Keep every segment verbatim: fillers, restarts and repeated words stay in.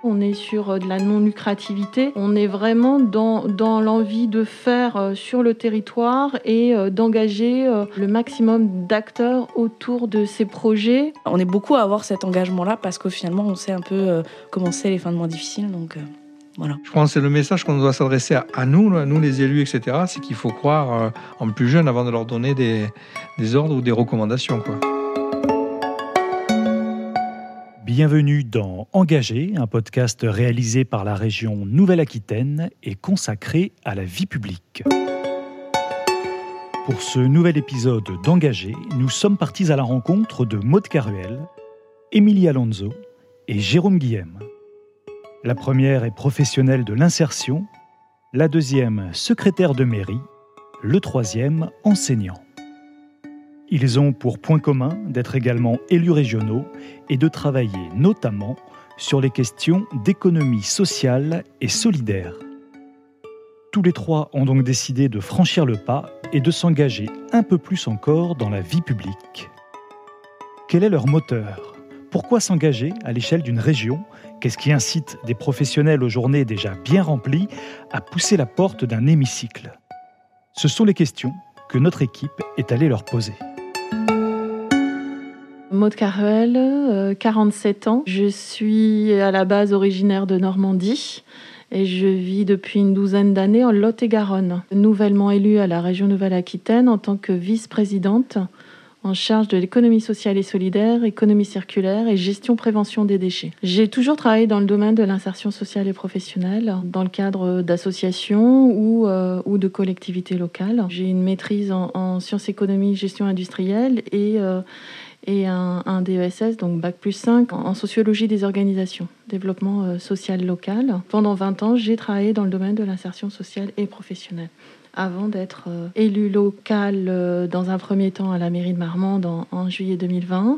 On est sur de la non-lucrativité. On est vraiment dans, dans l'envie de faire sur le territoire et d'engager le maximum d'acteurs autour de ces projets. On est beaucoup à avoir cet engagement-là parce qu'au finalement, on sait un peu comment c'est les fins de mois difficiles. Donc, euh, voilà. Je pense que c'est le message qu'on doit s'adresser à, à nous, à nous les élus, et cetera. C'est qu'il faut croire en plus jeunes avant de leur donner des, des ordres ou des recommandations, quoi. Bienvenue dans Engagé, un podcast réalisé par la région Nouvelle-Aquitaine et consacré à la vie publique. Pour ce nouvel épisode d'Engagé, nous sommes partis à la rencontre de Maude Caruel, Émilie Alonso et Jérôme Guillem. La première est professionnelle de l'insertion, la deuxième secrétaire de mairie, le troisième enseignant. Ils ont pour point commun d'être également élus régionaux et de travailler notamment sur les questions d'économie sociale et solidaire. Tous les trois ont donc décidé de franchir le pas et de s'engager un peu plus encore dans la vie publique. Quel est leur moteur ? Pourquoi s'engager à l'échelle d'une région ? Qu'est-ce qui incite des professionnels aux journées déjà bien remplies à pousser la porte d'un hémicycle ? Ce sont les questions que notre équipe est allée leur poser. Maude Caruel, euh, quarante-sept ans. Je suis à la base originaire de Normandie et je vis depuis une douzaine d'années en Lot-et-Garonne. Nouvellement élue à la région Nouvelle-Aquitaine en tant que vice-présidente en charge de l'économie sociale et solidaire, économie circulaire et gestion prévention des déchets. J'ai toujours travaillé dans le domaine de l'insertion sociale et professionnelle, dans le cadre d'associations ou, euh, ou de collectivités locales. J'ai une maîtrise en, en sciences économiques, gestion industrielle et, euh, et un, un D E S S, donc bac plus cinq, en, en sociologie des organisations, développement euh, social local. Pendant vingt ans, j'ai travaillé dans le domaine de l'insertion sociale et professionnelle, avant d'être euh, élue locale euh, dans un premier temps à la mairie de Marmande en, en juillet deux mille vingt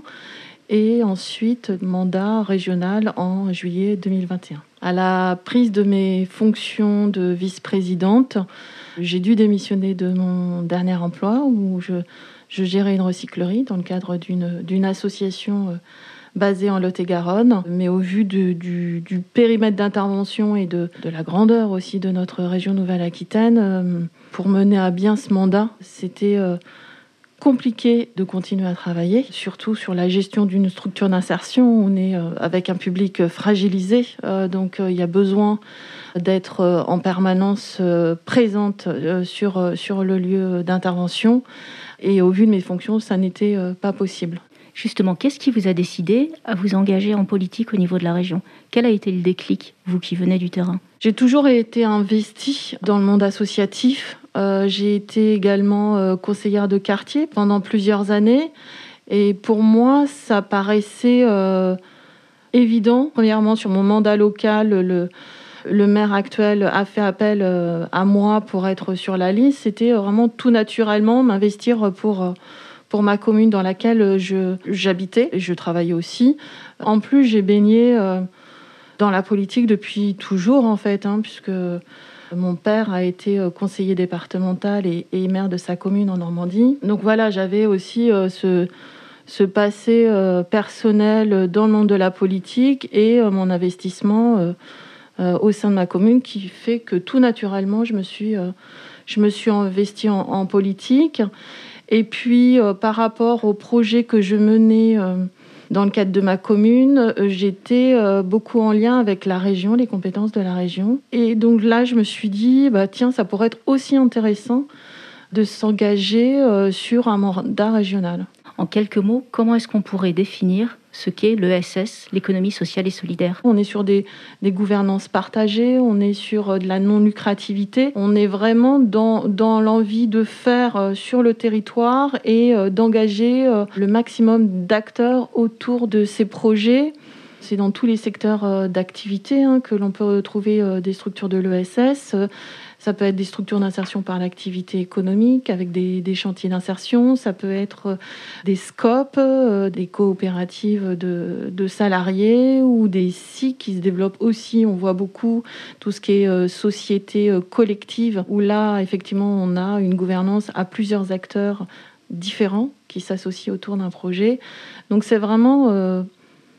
et ensuite mandat régional en juillet deux mille vingt et un. À la prise de mes fonctions de vice-présidente, j'ai dû démissionner de mon dernier emploi où je, je gérais une recyclerie dans le cadre d'une, d'une association euh, basée en Lot-et-Garonne. Mais au vu de, du, du périmètre d'intervention et de, de la grandeur aussi de notre région Nouvelle-Aquitaine, euh, pour mener à bien ce mandat, c'était euh, compliqué de continuer à travailler, surtout sur la gestion d'une structure d'insertion. On est euh, avec un public fragilisé, euh, donc euh, il y a besoin d'être euh, en permanence euh, présente euh, sur, euh, sur le lieu d'intervention. Et au vu de mes fonctions, ça n'était euh, pas possible. Justement, qu'est-ce qui vous a décidé à vous engager en politique au niveau de la région ? Quel a été le déclic, vous qui venez du terrain ? J'ai toujours été investie dans le monde associatif. Euh, j'ai été également euh, conseillère de quartier pendant plusieurs années. Et pour moi, ça paraissait euh, évident. Premièrement, sur mon mandat local, le, le maire actuel a fait appel euh, à moi pour être sur la liste. C'était vraiment tout naturellement m'investir pour... Euh, pour ma commune dans laquelle je, j'habitais et je travaillais aussi. En plus, j'ai baigné euh, dans la politique depuis toujours, en fait, hein, puisque mon père a été conseiller départemental et, et maire de sa commune en Normandie. Donc voilà, j'avais aussi euh, ce, ce passé euh, personnel dans le monde de la politique et euh, mon investissement euh, euh, au sein de ma commune qui fait que tout naturellement, je me suis, euh, je me suis investie en, en politique. Et puis, euh, par rapport au projet que je menais euh, dans le cadre de ma commune, euh, j'étais euh, beaucoup en lien avec la région, les compétences de la région. Et donc là, je me suis dit, bah, tiens, ça pourrait être aussi intéressant de s'engager euh, sur un mandat régional. En quelques mots, comment est-ce qu'on pourrait définir ce qu'est l'E S S, l'économie sociale et solidaire ? On est sur des, des gouvernances partagées, on est sur de la non-lucrativité, on est vraiment dans, dans l'envie de faire sur le territoire et d'engager le maximum d'acteurs autour de ces projets. C'est dans tous les secteurs d'activité hein, que l'on peut retrouver des structures de l'E S S. Ça peut être des structures d'insertion par l'activité économique avec des, des chantiers d'insertion. Ça peut être des scopes, euh, des coopératives de, de salariés ou des S I qui se développent aussi. On voit beaucoup tout ce qui est euh, société euh, collective où là, effectivement, on a une gouvernance à plusieurs acteurs différents qui s'associent autour d'un projet. Donc, c'est vraiment... Euh,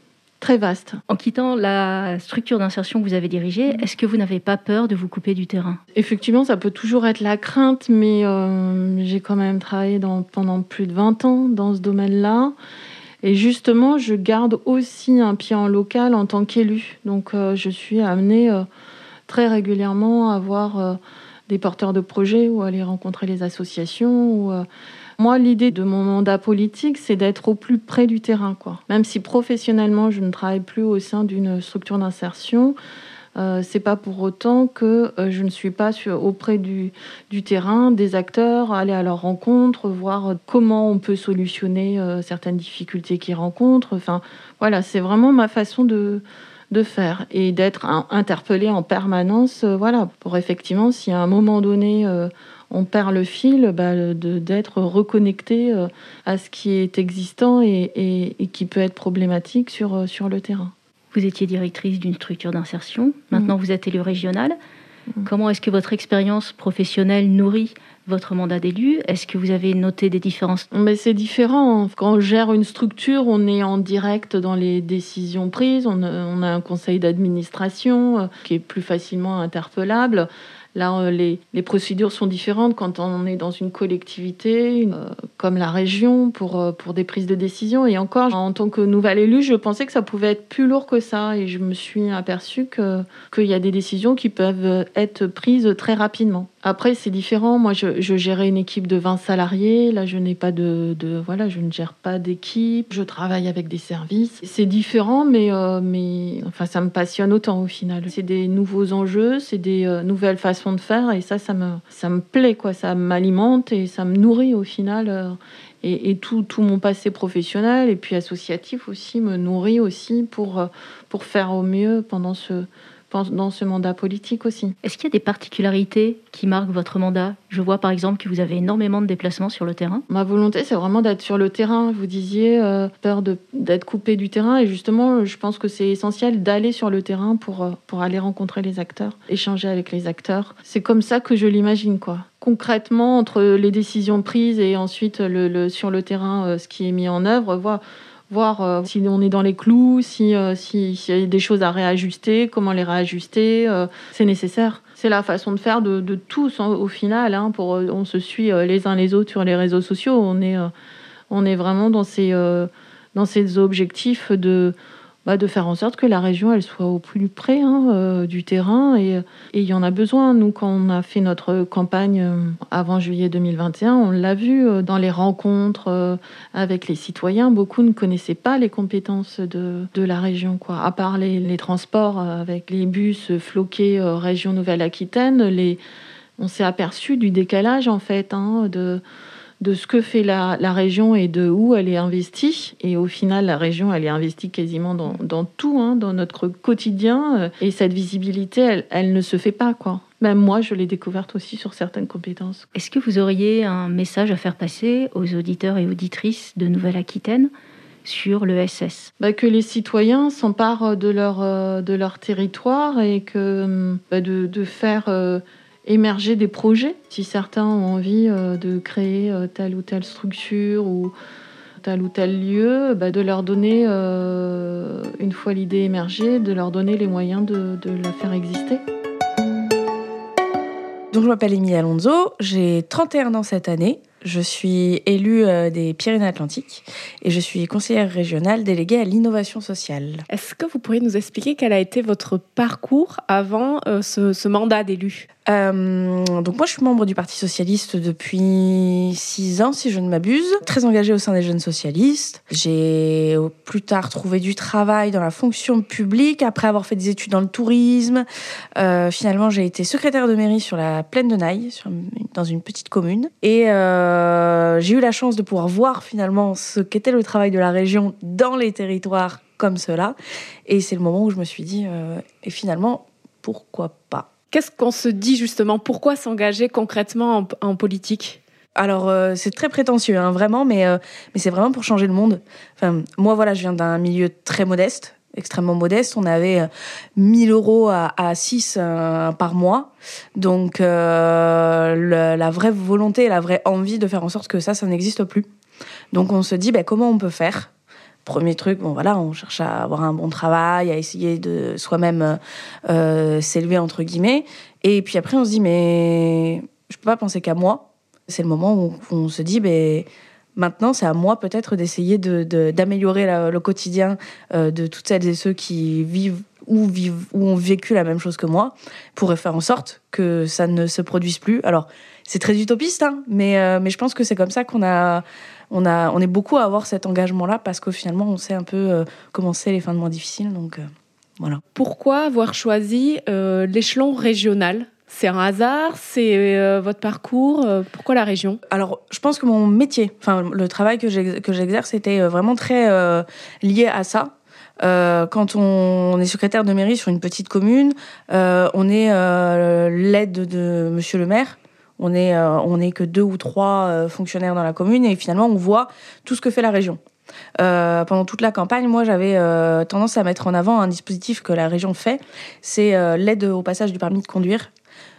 très vaste. En quittant la structure d'insertion que vous avez dirigée, est-ce que vous n'avez pas peur de vous couper du terrain ? Effectivement, ça peut toujours être la crainte, mais euh, j'ai quand même travaillé dans, pendant plus de vingt ans dans ce domaine-là. Et justement, je garde aussi un pied en local en tant qu'élue. Donc, euh, je suis amenée euh, très régulièrement à voir euh, des porteurs de projets ou aller rencontrer les associations. Ou, euh, Moi, l'idée de mon mandat politique, c'est d'être au plus près du terrain, quoi. Même si professionnellement, je ne travaille plus au sein d'une structure d'insertion, euh, c'est pas pour autant que euh, je ne suis pas sur, auprès du, du terrain, des acteurs, aller à leur rencontre, voir comment on peut solutionner euh, certaines difficultés qu'ils rencontrent. Enfin, voilà, c'est vraiment ma façon de... de faire et d'être interpellée en permanence, euh, voilà, pour effectivement, si à un moment donné, euh, on perd le fil, bah, de, d'être reconnecté euh, à ce qui est existant et, et, et qui peut être problématique sur, euh, sur le terrain. Vous étiez directrice d'une structure d'insertion, maintenant mmh. vous êtes élue régionale. Mmh. Comment est-ce que votre expérience professionnelle nourrit votre mandat d'élu ? Est-ce que vous avez noté des différences ? Mais c'est différent. Quand on gère une structure, on est en direct dans les décisions prises. On a, on a un conseil d'administration euh, qui est plus facilement interpellable. Là, les, les procédures sont différentes quand on est dans une collectivité euh, comme la région pour, pour des prises de décision. Et encore, en tant que nouvelle élue, je pensais que ça pouvait être plus lourd que ça. Et je me suis aperçue que, qu'il y a des décisions qui peuvent être prises très rapidement. Après, c'est différent. Moi, je, je gérais une équipe de vingt salariés. Là, je n'ai pas de, de voilà, je ne gère pas d'équipe. Je travaille avec des services. C'est différent, mais, euh, mais enfin, ça me passionne autant au final. C'est des nouveaux enjeux, c'est des euh, nouvelles façons de faire, et ça, ça me, ça me plaît, quoi. Ça m'alimente et ça me nourrit au final. Euh, et, et tout, tout mon passé professionnel et puis associatif aussi me nourrit aussi pour, euh, pour faire au mieux pendant ce dans ce mandat politique aussi. Est-ce qu'il y a des particularités qui marquent votre mandat ? Je vois par exemple que vous avez énormément de déplacements sur le terrain. Ma volonté, c'est vraiment d'être sur le terrain. Vous disiez euh, peur de, d'être coupé du terrain, et justement, je pense que c'est essentiel d'aller sur le terrain pour, euh, pour aller rencontrer les acteurs, échanger avec les acteurs. C'est comme ça que je l'imagine, quoi. Concrètement, entre les décisions prises et ensuite le, le, sur le terrain, euh, ce qui est mis en œuvre, voir... voir euh, si on est dans les clous, si, euh, si, s'il y a des choses à réajuster, comment les réajuster, euh, c'est nécessaire. C'est la façon de faire de, de tous, hein, au final. Hein, pour, on se suit euh, les uns les autres sur les réseaux sociaux. On est, euh, on est vraiment dans ces, euh, dans ces objectifs de, bah, de faire en sorte que la région elle soit au plus près hein, euh, du terrain. Et il y en a besoin. Nous, quand on a fait notre campagne euh, avant juillet deux mille vingt et un, on l'a vu euh, dans les rencontres euh, avec les citoyens. Beaucoup ne connaissaient pas les compétences de, de la région, quoi. À part les, les transports euh, avec les bus floqués euh, région Nouvelle-Aquitaine, les, on s'est aperçu du décalage en fait hein, de... de ce que fait la, la région et de où elle est investie. Et au final, la région, elle est investie quasiment dans, dans tout, hein, dans notre quotidien. Et cette visibilité, elle, elle ne se fait pas, quoi. Même moi, je l'ai découverte aussi sur certaines compétences. Est-ce que vous auriez un message à faire passer aux auditeurs et auditrices de Nouvelle-Aquitaine sur l'E S S ? Bah, que les citoyens s'emparent de leur, euh, de leur territoire et que, bah, de, de faire... Euh, émerger des projets. Si certains ont envie euh, de créer euh, telle ou telle structure ou tel ou tel lieu, bah, de leur donner, euh, une fois l'idée émergée, de leur donner les moyens de, de la faire exister. Donc je m'appelle Émilie Alonso, j'ai trente et un ans cette année. Je suis élue des Pyrénées-Atlantiques et je suis conseillère régionale déléguée à l'innovation sociale. Est-ce que vous pourriez nous expliquer quel a été votre parcours avant euh, ce, ce mandat d'élu ? Euh, donc moi je suis membre du Parti Socialiste depuis six ans si je ne m'abuse, très engagée au sein des jeunes socialistes. J'ai plus tard trouvé du travail dans la fonction publique après avoir fait des études dans le tourisme. Euh, finalement j'ai été secrétaire de mairie sur la plaine de Naï, sur, dans une petite commune, et euh, j'ai eu la chance de pouvoir voir finalement ce qu'était le travail de la région dans les territoires comme cela, et c'est le moment où je me suis dit euh, et finalement pourquoi pas. Qu'est-ce qu'on se dit justement ? Pourquoi s'engager concrètement en, en politique ? Alors, euh, c'est très prétentieux, hein, vraiment, mais, euh, mais c'est vraiment pour changer le monde. Enfin, moi, voilà, je viens d'un milieu très modeste, extrêmement modeste. On avait euh, mille euros à, à six euh, par mois. Donc, euh, le, la vraie volonté et la vraie envie de faire en sorte que ça, ça n'existe plus. Donc, on se dit, bah, comment on peut faire ? Premier truc, bon voilà, on cherche à avoir un bon travail, à essayer de soi-même euh, s'élever entre guillemets. Et puis après, on se dit mais je peux pas penser qu'à moi. C'est le moment où on se dit ben maintenant, c'est à moi peut-être d'essayer de, de, d'améliorer la, le quotidien euh, de toutes celles et ceux qui vivent ou, vivent ou ont vécu la même chose que moi, pour faire en sorte que ça ne se produise plus. Alors, c'est très utopiste, hein, mais, euh, mais je pense que c'est comme ça qu'on a, on a, on est beaucoup à avoir cet engagement-là, parce que finalement, on sait un peu euh, comment c'est les fins de mois difficiles. Donc, euh, voilà. Pourquoi avoir choisi euh, l'échelon régional ? C'est un hasard ? C'est euh, votre parcours ? euh, Pourquoi la région ? Alors, je pense que mon métier, enfin le travail que, j'ex- que j'exerce, était vraiment très euh, lié à ça. Euh, quand on, on est secrétaire de mairie sur une petite commune, euh, on est euh, l'aide de Monsieur le maire. On est, euh, on est que deux ou trois euh, fonctionnaires dans la commune, et finalement, on voit tout ce que fait la région. Euh, pendant toute la campagne, moi, j'avais euh, tendance à mettre en avant un dispositif que la région fait, c'est euh, l'aide au passage du permis de conduire.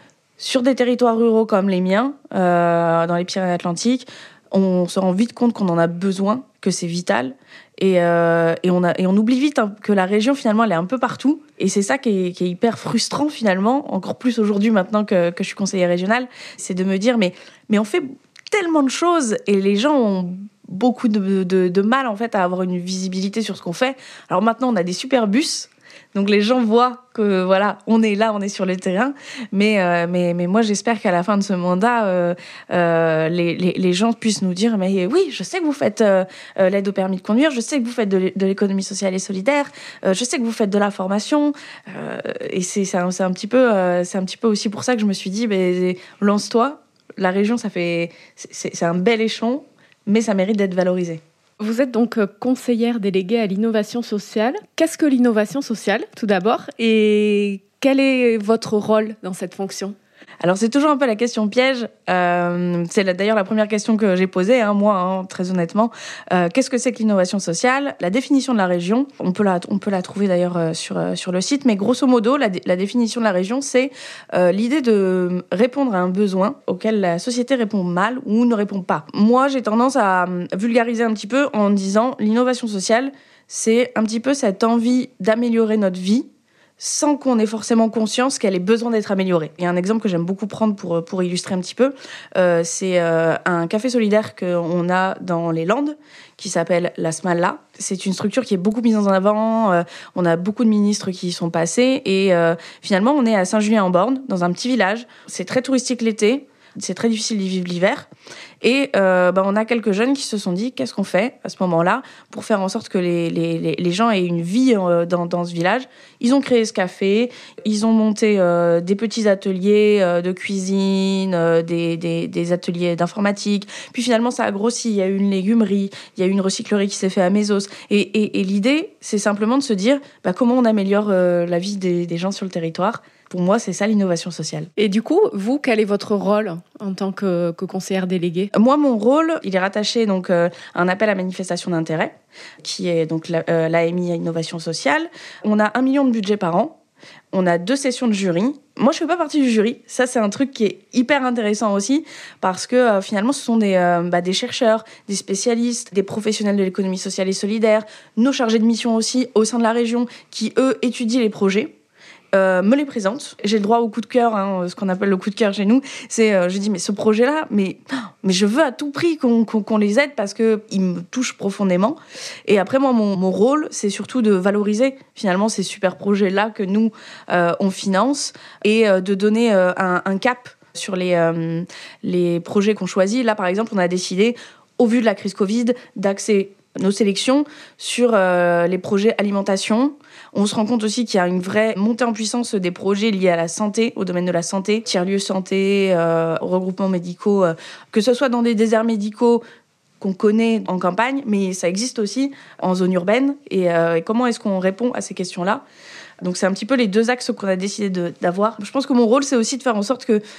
Sur des territoires ruraux comme les miens, euh, dans les Pyrénées-Atlantiques, on se rend vite compte qu'on en a besoin, que c'est vital. Et, euh, et, on, a, et on oublie vite hein, que la région, finalement, elle est un peu partout. Et c'est ça qui est, qui est hyper frustrant, finalement, encore plus aujourd'hui, maintenant que, que je suis conseillère régionale, c'est de me dire, mais, mais on fait tellement de choses et les gens ont beaucoup de, de, de mal, en fait, à avoir une visibilité sur ce qu'on fait. Alors maintenant, on a des super bus. Donc les gens voient que voilà, on est là, on est sur le terrain, mais euh, mais mais moi j'espère qu'à la fin de ce mandat, euh, euh, les, les les gens puissent nous dire mais oui, je sais que vous faites euh, l'aide au permis de conduire, je sais que vous faites de, de l'économie sociale et solidaire, euh, je sais que vous faites de la formation, euh, et c'est c'est un, c'est un petit peu euh, c'est un petit peu aussi pour ça que je me suis dit ben lance-toi, la région ça fait c'est c'est un bel échelon, mais ça mérite d'être valorisé. Vous êtes donc conseillère déléguée à l'innovation sociale. Qu'est-ce que l'innovation sociale, tout d'abord, et quel est votre rôle dans cette fonction ? Alors c'est toujours un peu la question piège. Euh, c'est la, d'ailleurs la première question que j'ai posée, hein, moi, hein, très honnêtement. Euh, qu'est-ce que c'est que l'innovation sociale ? La définition de la région, on peut la, on peut la trouver d'ailleurs euh, sur euh, sur le site, mais grosso modo, la, la définition de la région, c'est euh, l'idée de répondre à un besoin auquel la société répond mal ou ne répond pas. Moi, j'ai tendance à vulgariser un petit peu en disant l'innovation sociale, c'est un petit peu cette envie d'améliorer notre vie, sans qu'on ait forcément conscience qu'elle ait besoin d'être améliorée. Il y a un exemple que j'aime beaucoup prendre pour, pour illustrer un petit peu. Euh, c'est euh, un café solidaire qu'on a dans les Landes, qui s'appelle la Smalla. C'est une structure qui est beaucoup mise en avant. Euh, on a beaucoup de ministres qui y sont passés. Et euh, finalement, on est à Saint-Julien-en-Borne, dans un petit village. C'est très touristique l'été. C'est très difficile d'y vivre l'hiver. Et euh, bah, on a quelques jeunes qui se sont dit, qu'est-ce qu'on fait à ce moment-là pour faire en sorte que les, les, les gens aient une vie euh, dans, dans ce village. Ils ont créé ce café, ils ont monté euh, des petits ateliers euh, de cuisine, euh, des, des, des ateliers d'informatique. Puis finalement, ça a grossi. Il y a eu une légumerie, il y a eu une recyclerie qui s'est faite à Mésos. Et, et, et l'idée, c'est simplement de se dire bah, comment on améliore euh, la vie des, des gens sur le territoire. Pour moi, c'est ça l'innovation sociale. Et du coup, vous, quel est votre rôle en tant que, que conseillère déléguée ? Moi, mon rôle, il est rattaché donc euh, à un appel à manifestation d'intérêt, qui est donc la, euh, l'A M I Innovation Sociale. On a un million de budget par an. On a deux sessions de jury. Moi, je fais pas partie du jury. Ça, c'est un truc qui est hyper intéressant aussi, parce que euh, finalement, ce sont des, euh, bah, des chercheurs, des spécialistes, des professionnels de l'économie sociale et solidaire, nos chargés de mission aussi au sein de la région, qui, eux, étudient les projets. Euh, me les présente. J'ai le droit au coup de cœur, hein, ce qu'on appelle le coup de cœur chez nous. C'est, euh, je dis, mais ce projet-là, mais, mais je veux à tout prix qu'on, qu'on, qu'on les aide parce que il me touche profondément. Et après, moi, mon, mon rôle, c'est surtout de valoriser finalement ces super projets-là que nous, euh, on finance et euh, de donner euh, un, un cap sur les, euh, les projets qu'on choisit. Là, par exemple, on a décidé, au vu de la crise Covid, d'axer nos sélections sur euh, les projets alimentation. On se rend compte aussi qu'il y a une vraie montée en puissance des projets liés à la santé, au domaine de la santé, tiers-lieux santé, euh, regroupements médicaux, euh, que ce soit dans des déserts médicaux qu'on connaît en campagne, mais ça existe aussi en zone urbaine. Et, euh, et comment est-ce qu'on répond à ces questions-là ? Donc c'est un petit peu les deux axes qu'on a décidé de, d'avoir. Je pense que mon rôle, c'est aussi de faire en sorte que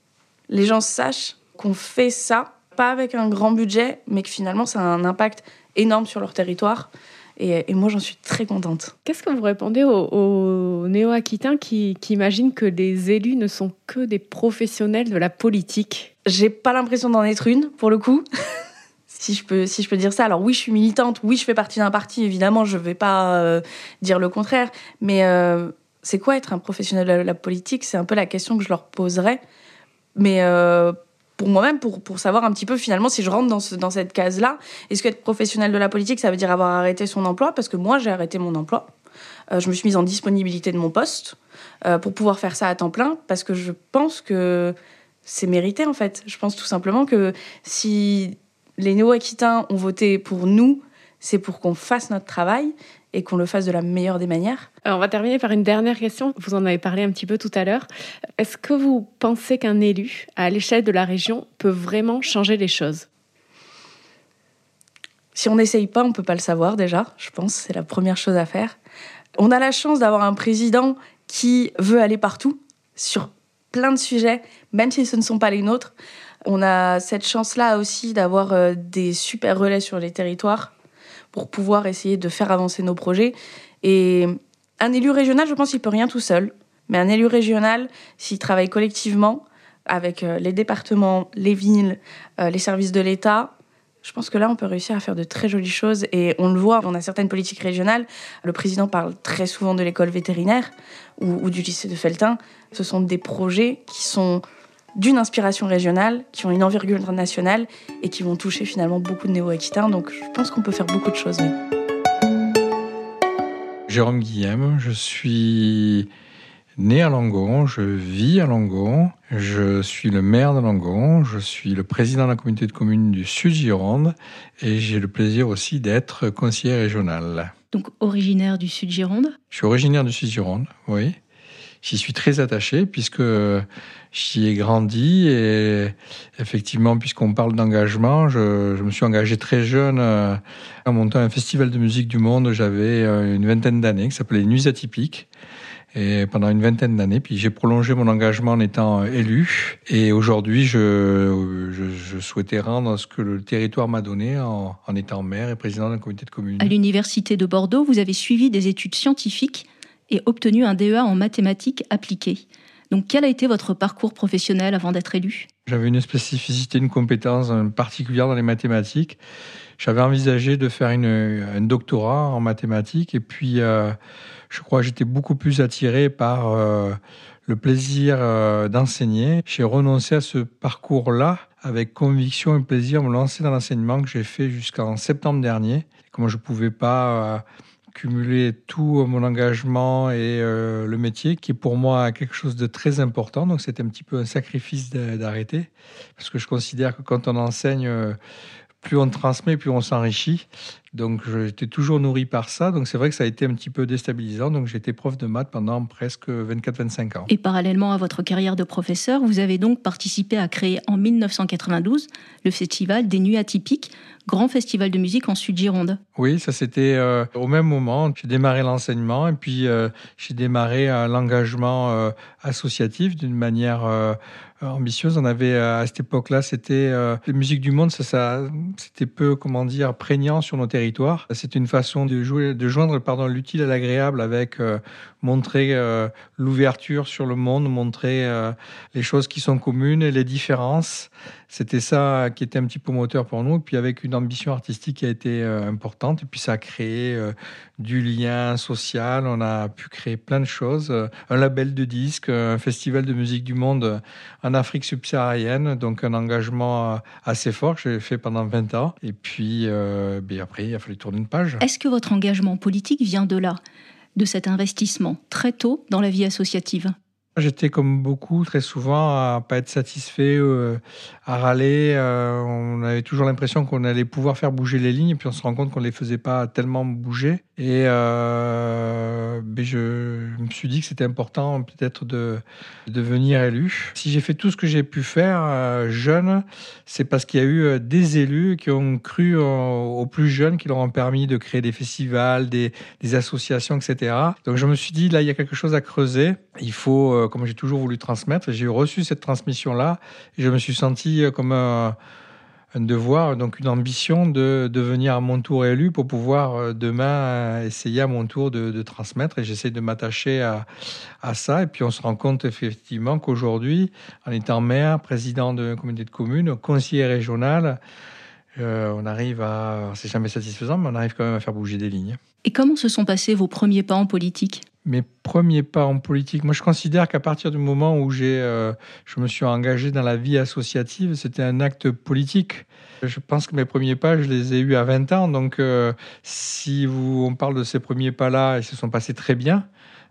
les gens sachent qu'on fait ça, pas avec un grand budget, mais que finalement ça a un impact énorme sur leur territoire. Et, et moi, j'en suis très contente. Qu'est-ce que vous répondez aux, aux néo-aquitains qui, qui imaginent que les élus ne sont que des professionnels de la politique ? J'ai pas l'impression d'en être une, pour le coup. si je peux, si je peux dire ça. Alors oui, je suis militante, oui, je fais partie d'un parti, évidemment, je ne vais pas euh, dire le contraire, mais euh, c'est quoi être un professionnel de la, la politique ? C'est un peu la question que je leur poserais. Mais euh, pour moi-même, pour, pour savoir un petit peu finalement si je rentre dans, ce, dans cette case-là, est-ce qu'être professionnel de la politique, ça veut dire avoir arrêté son emploi ? Parce que moi, j'ai arrêté mon emploi. Euh, je me suis mise en disponibilité de mon poste euh, pour pouvoir faire ça à temps plein, parce que je pense que c'est mérité, en fait. Je pense tout simplement que si les Néo-Aquitains ont voté pour nous, c'est pour qu'on fasse notre travail et qu'on le fasse de la meilleure des manières. Alors on va terminer par une dernière question. Vous en avez parlé un petit peu tout à l'heure. Est-ce que vous pensez qu'un élu, à l'échelle de la région, peut vraiment changer les choses ? Si on n'essaye pas, on ne peut pas le savoir déjà, je pense. C'est la première chose à faire. On a la chance d'avoir un président qui veut aller partout, sur plein de sujets, même si ce ne sont pas les nôtres. On a cette chance-là aussi d'avoir euh, des super relais sur les territoires pour pouvoir essayer de faire avancer nos projets. Et un élu régional, je pense qu'il ne peut rien tout seul. Mais un élu régional, s'il travaille collectivement avec euh, les départements, les villes, euh, les services de l'État, je pense que là, on peut réussir à faire de très jolies choses. Et on le voit, on a certaines politiques régionales. Le président parle très souvent de l'école vétérinaire ou, ou du lycée de Felletin. Ce sont des projets qui sont d'une inspiration régionale, qui ont une envergure nationale et qui vont toucher finalement beaucoup de Néo-Aquitains. Donc je pense qu'on peut faire beaucoup de choses. Oui. Jérôme Guillem, je suis né à Langon, je vis à Langon, je suis le maire de Langon, je suis le président de la communauté de communes du Sud-Gironde et j'ai le plaisir aussi d'être conseiller régional. Donc originaire du Sud-Gironde ? Je suis originaire du Sud-Gironde, oui. J'y suis très attaché puisque j'y ai grandi et effectivement, puisqu'on parle d'engagement, je, je me suis engagé très jeune en montant un festival de musique du monde. J'avais une vingtaine d'années qui s'appelait Nuits Atypiques. Et pendant une vingtaine d'années, puis j'ai prolongé mon engagement en étant élu. Et aujourd'hui, je, je, je souhaitais rendre ce que le territoire m'a donné en, en étant maire et président de la communauté de communes. À l'université de Bordeaux, vous avez suivi des études scientifiques et obtenu un D E A en mathématiques appliquées. Donc, quel a été votre parcours professionnel avant d'être élu ? J'avais une spécificité, une compétence particulière dans les mathématiques. J'avais envisagé de faire une, un doctorat en mathématiques et puis euh, je crois que j'étais beaucoup plus attiré par euh, le plaisir euh, d'enseigner. J'ai renoncé à ce parcours-là avec conviction et plaisir, me lancer dans l'enseignement que j'ai fait jusqu'en septembre dernier. Comme je ne pouvais pas euh, cumuler tout mon engagement et euh, le métier, qui est pour moi quelque chose de très important. Donc c'était un petit peu un sacrifice d'arrêter, parce que je considère que quand on enseigne, euh, plus on transmet, plus on s'enrichit. Donc, j'étais toujours nourri par ça. Donc, c'est vrai que ça a été un petit peu déstabilisant. Donc, j'étais prof de maths pendant presque vingt-quatre à vingt-cinq ans. Et parallèlement à votre carrière de professeur, vous avez donc participé à créer en mille neuf cent quatre-vingt-douze le festival des Nuits Atypiques, grand festival de musique en Sud-Gironde. Oui, ça c'était euh, au même moment. J'ai démarré l'enseignement et puis euh, j'ai démarré euh, l'engagement euh, associatif d'une manière euh, ambitieuse. On avait à cette époque-là, c'était euh, la musique du monde, ça, ça, c'était peu, comment dire, prégnant sur nos territoires. C'est une façon de jouer, de joindre, pardon, l'utile à l'agréable avec euh, montrer euh, l'ouverture sur le monde, montrer euh, les choses qui sont communes et les différences. C'était ça qui était un petit peu moteur pour nous. Et puis avec une ambition artistique qui a été euh, importante. Et puis ça a créé euh, du lien social. On a pu créer plein de choses. Un label de disques, un festival de musique du monde en Afrique subsaharienne. Donc un engagement assez fort que j'ai fait pendant vingt ans. Et puis euh, ben après, il a fallu tourner une page. Est-ce que votre engagement politique vient de là, de cet investissement très tôt dans la vie associative ? J'étais comme beaucoup, très souvent, à pas être satisfait, euh, à râler. Euh, on avait toujours l'impression qu'on allait pouvoir faire bouger les lignes, puis on se rend compte qu'on ne les faisait pas tellement bouger. Et euh, ben je me suis dit que c'était important peut-être de, de devenir élu. Si j'ai fait tout ce que j'ai pu faire euh, jeune, c'est parce qu'il y a eu des élus qui ont cru aux, aux plus jeunes, qui leur ont permis de créer des festivals, des, des associations, et cetera. Donc je me suis dit, là, il y a quelque chose à creuser. Il faut, euh, comme j'ai toujours voulu transmettre, j'ai reçu cette transmission-là et je me suis senti comme un, un devoir, donc une ambition de devenir à mon tour élu pour pouvoir demain essayer à mon tour de, de transmettre. Et j'essaie de m'attacher à, à ça. Et puis on se rend compte effectivement qu'aujourd'hui, en étant maire, président de communauté de communes, conseiller régional, Euh, on arrive à... C'est jamais satisfaisant, mais on arrive quand même à faire bouger des lignes. Et comment se sont passés vos premiers pas en politique ? Mes premiers pas en politique, moi je considère qu'à partir du moment où j'ai, euh, je me suis engagé dans la vie associative, c'était un acte politique. Je pense que mes premiers pas, je les ai eus à vingt ans. Donc euh, si vous, on parle de ces premiers pas-là, ils se sont passés très bien.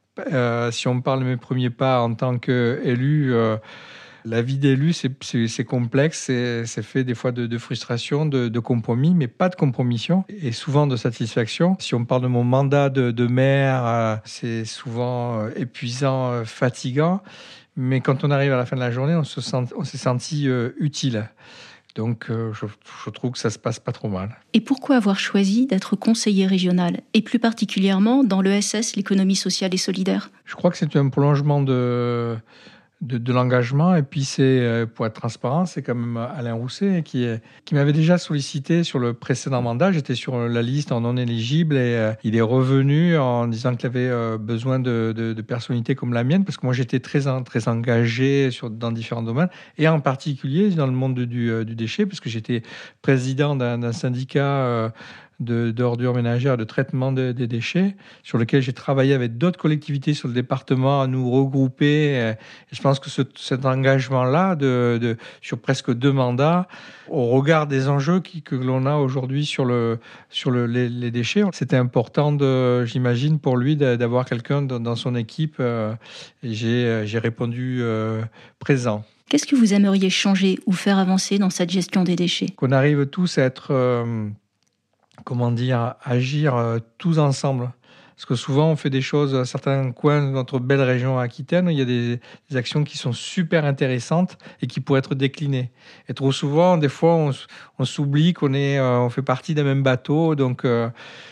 Euh, si on parle de mes premiers pas en tant qu'élu, euh, la vie d'élu, c'est, c'est, c'est complexe, c'est, c'est fait des fois de, de frustration, de, de compromis, mais pas de compromission, et souvent de satisfaction. Si on parle de mon mandat de, de maire, euh, c'est souvent euh, épuisant, euh, fatigant, mais quand on arrive à la fin de la journée, on, se sent, on s'est senti euh, utile. Donc, euh, je, je trouve que ça se passe pas trop mal. Et pourquoi avoir choisi d'être conseiller régional, et plus particulièrement dans l'E S S, l'économie sociale et solidaire ? Je crois que c'est un prolongement de... De, de l'engagement, et puis c'est, pour être transparent, c'est quand même Alain Rousset qui, est, qui m'avait déjà sollicité sur le précédent mandat. J'étais sur la liste en non éligible, et euh, il est revenu en disant qu'il avait euh, besoin de, de, de personnalités comme la mienne, parce que moi j'étais très, très engagé sur, dans différents domaines, et en particulier dans le monde du, du déchet, parce que j'étais président d'un, d'un syndicat euh, De, d'ordures ménagères, de traitement de, des déchets, sur lequel j'ai travaillé avec d'autres collectivités sur le département à nous regrouper. Et je pense que ce, cet engagement-là, de, de, sur presque deux mandats, au regard des enjeux qui, que l'on a aujourd'hui sur, le, sur le, les, les déchets, c'était important, de, j'imagine, pour lui d'avoir quelqu'un dans, dans son équipe. Euh, et j'ai, j'ai répondu euh, présent. Qu'est-ce que vous aimeriez changer ou faire avancer dans cette gestion des déchets ? Qu'on arrive tous à être... Euh, comment dire, agir euh, tous ensemble. Parce que souvent, on fait des choses à certains coins de notre belle région Aquitaine, il y a des, des actions qui sont super intéressantes et qui pourraient être déclinées. Et trop souvent, des fois, on, on s'oublie qu'on est, euh, on fait partie d'un même bateau. Donc, euh,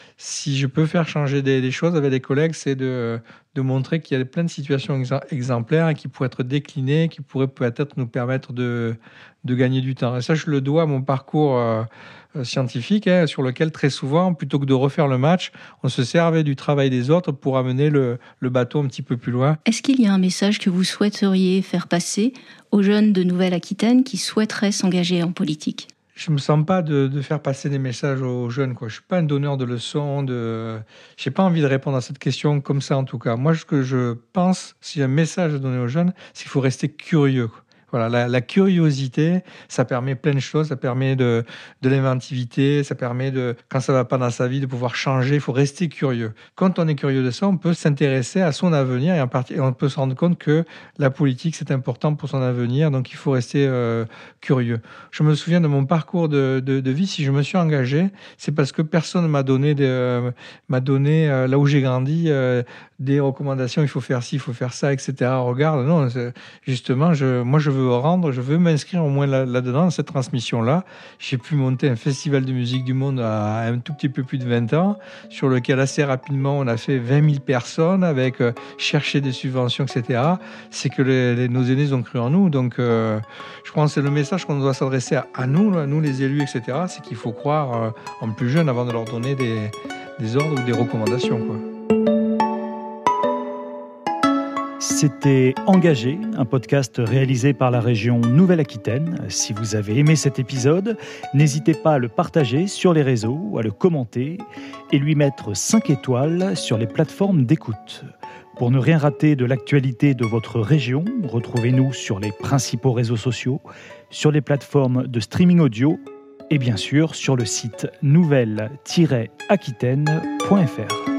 si je peux faire changer des, des choses avec des collègues, c'est de, de montrer qu'il y a plein de situations exa- exemplaires et qui pourraient être déclinées, qui pourraient peut-être nous permettre de, de gagner du temps. Et ça, je le dois à mon parcours euh, scientifique, hein, sur lequel très souvent, plutôt que de refaire le match, on se servait du travail des autres pour amener le, le bateau un petit peu plus loin. Est-ce qu'il y a un message que vous souhaiteriez faire passer aux jeunes de Nouvelle-Aquitaine qui souhaiteraient s'engager en politique ? Je me sens pas de, de faire passer des messages aux jeunes, quoi. Je suis pas un donneur de leçons. De... J'ai pas envie de répondre à cette question comme ça, en tout cas. Moi, ce que je pense, si un message à donner aux jeunes, c'est qu'il faut rester curieux, quoi. Voilà, la, la curiosité, ça permet plein de choses, ça permet de, de l'inventivité, ça permet de, quand ça va pas dans sa vie, de pouvoir changer. Il faut rester curieux. Quand on est curieux de ça, on peut s'intéresser à son avenir et, en partie, et on peut se rendre compte que la politique, c'est important pour son avenir, donc il faut rester euh, curieux. Je me souviens de mon parcours de, de, de vie. Si je me suis engagé, c'est parce que personne m'a donné, de, euh, m'a donné euh, là où j'ai grandi, euh, des recommandations, il faut faire ci, il faut faire ça, et cetera. Regarde, non, justement, je, moi je veux rendre, je veux m'inscrire au moins là, là-dedans, dans cette transmission-là. J'ai pu monter un festival de musique du monde à un tout petit peu plus de vingt ans, sur lequel assez rapidement on a fait vingt mille personnes, avec euh, chercher des subventions, et cetera. C'est que les, les, nos aînés ont cru en nous. Donc euh, je pense que c'est le message qu'on doit s'adresser à, à nous, là, nous les élus, et cetera. C'est qu'il faut croire euh, en plus jeunes avant de leur donner des, des ordres ou des recommandations, quoi. C'était Engagé, un podcast réalisé par la région Nouvelle-Aquitaine. Si vous avez aimé cet épisode, n'hésitez pas à le partager sur les réseaux, à le commenter et lui mettre cinq étoiles sur les plateformes d'écoute. Pour ne rien rater de l'actualité de votre région, retrouvez-nous sur les principaux réseaux sociaux, sur les plateformes de streaming audio et bien sûr sur le site nouvelle tiret aquitaine point f r.